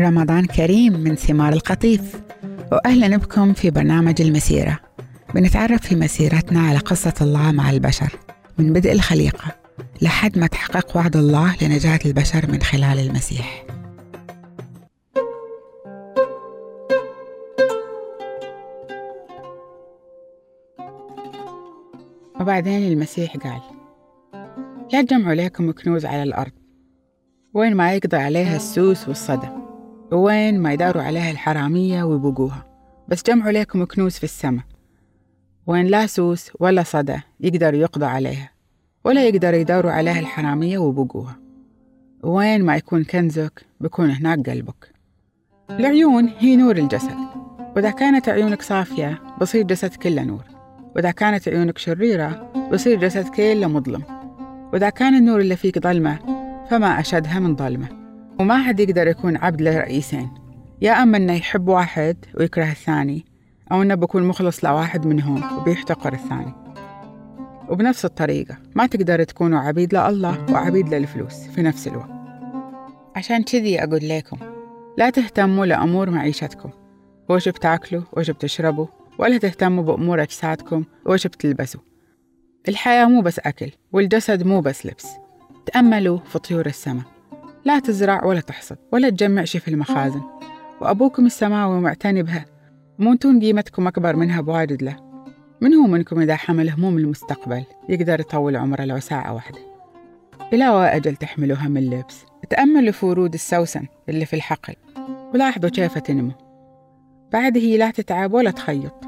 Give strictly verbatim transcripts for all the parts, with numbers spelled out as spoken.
رمضان كريم من ثمار القطيف، وأهلا بكم في برنامج المسيرة. بنتعرف في مسيرتنا على قصة الله مع البشر من بدء الخليقة لحد ما تحقق وعد الله لنجاة البشر من خلال المسيح. وبعدين المسيح قال: لا تجمعوا لكم كنوز على الأرض، وين ما يقضي عليها السوس والصدى، وين ما يداروا عليها الحرامية ويبقوها، بس جمعوا لكم كنوز في السماء، وين لا سوس ولا صدى يقدروا يقضوا عليها، ولا يقدروا يداروا عليها الحرامية ويبقوها. وين ما يكون كنزك بيكون هناك قلبك. العيون هي نور الجسد، وإذا كانت عيونك صافية بصير جسد كله نور، وإذا كانت عيونك شريرة بصير جسد كله مظلم. وإذا كان النور اللي فيك ظلمة فما أشدها من ظلمة. وما حد يقدر يكون عبد لرئيسين، يا أما أنه يحب واحد ويكره الثاني، أو أنه بيكون مخلص لواحد منهم وبيحتقر الثاني. وبنفس الطريقة ما تقدر تكونوا عبيد لله وعبيد للفلوس في نفس الوقت. عشان كذي أقول لكم لا تهتموا لأمور معيشتكم، وش بتاكلوا وش بتشربوا، ولا تهتموا بأمور أجسادكم وش بتلبسوا. الحياة مو بس أكل، والجسد مو بس لبس. تأملوا في طيور السماء، لا تزرع ولا تحصد ولا تجمع شي في المخازن، وأبوكم السماوي معتني بها. مو انتون قيمتكم أكبر منها بواجد له؟ من هو منكم إذا حمل هموم المستقبل يقدر يطول عمره لو ساعة واحدة؟ بلا وأجل تحملوا هم اللبس. تأملوا في ورود السوسن اللي في الحقل، ولاحظوا كيف تنمو، بعد هي لا تتعب ولا تخيط.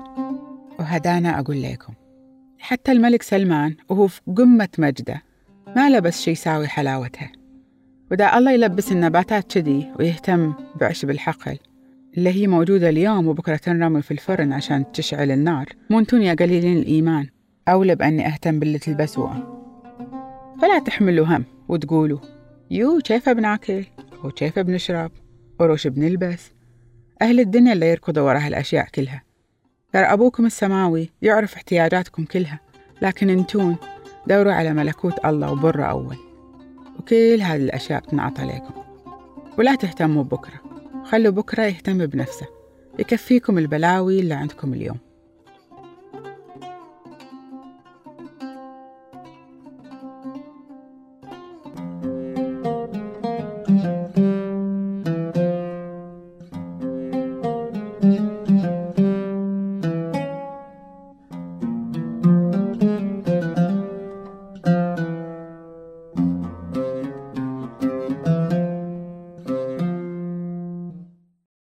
وهدانا أقول لكم حتى الملك سلمان وهو في قمة مجده ما لبس شي يساوي حلاوتها. ودا الله يلبس النباتات كذي ويهتم بعشب الحقل اللي هي موجودة اليوم وبكرة تنرمي في الفرن عشان تشعل النار، مو انتون يا قليلين الإيمان أولى بأني أهتم باللي تلبسوه؟ فلا تحملوا هم وتقولوا يو كيف بناكل وكيف بنشرب وروش بنلبس. أهل الدنيا اللي يركضوا وراء هالأشياء كلها، ترى أبوكم السماوي يعرف احتياجاتكم كلها. لكن انتون دوروا على ملكوت الله وبره أول، وكل هذه الأشياء بتنعطى لكم. ولا تهتموا ببكرة، خلوا بكرة يهتم بنفسه، يكفيكم البلاوي اللي عندكم اليوم.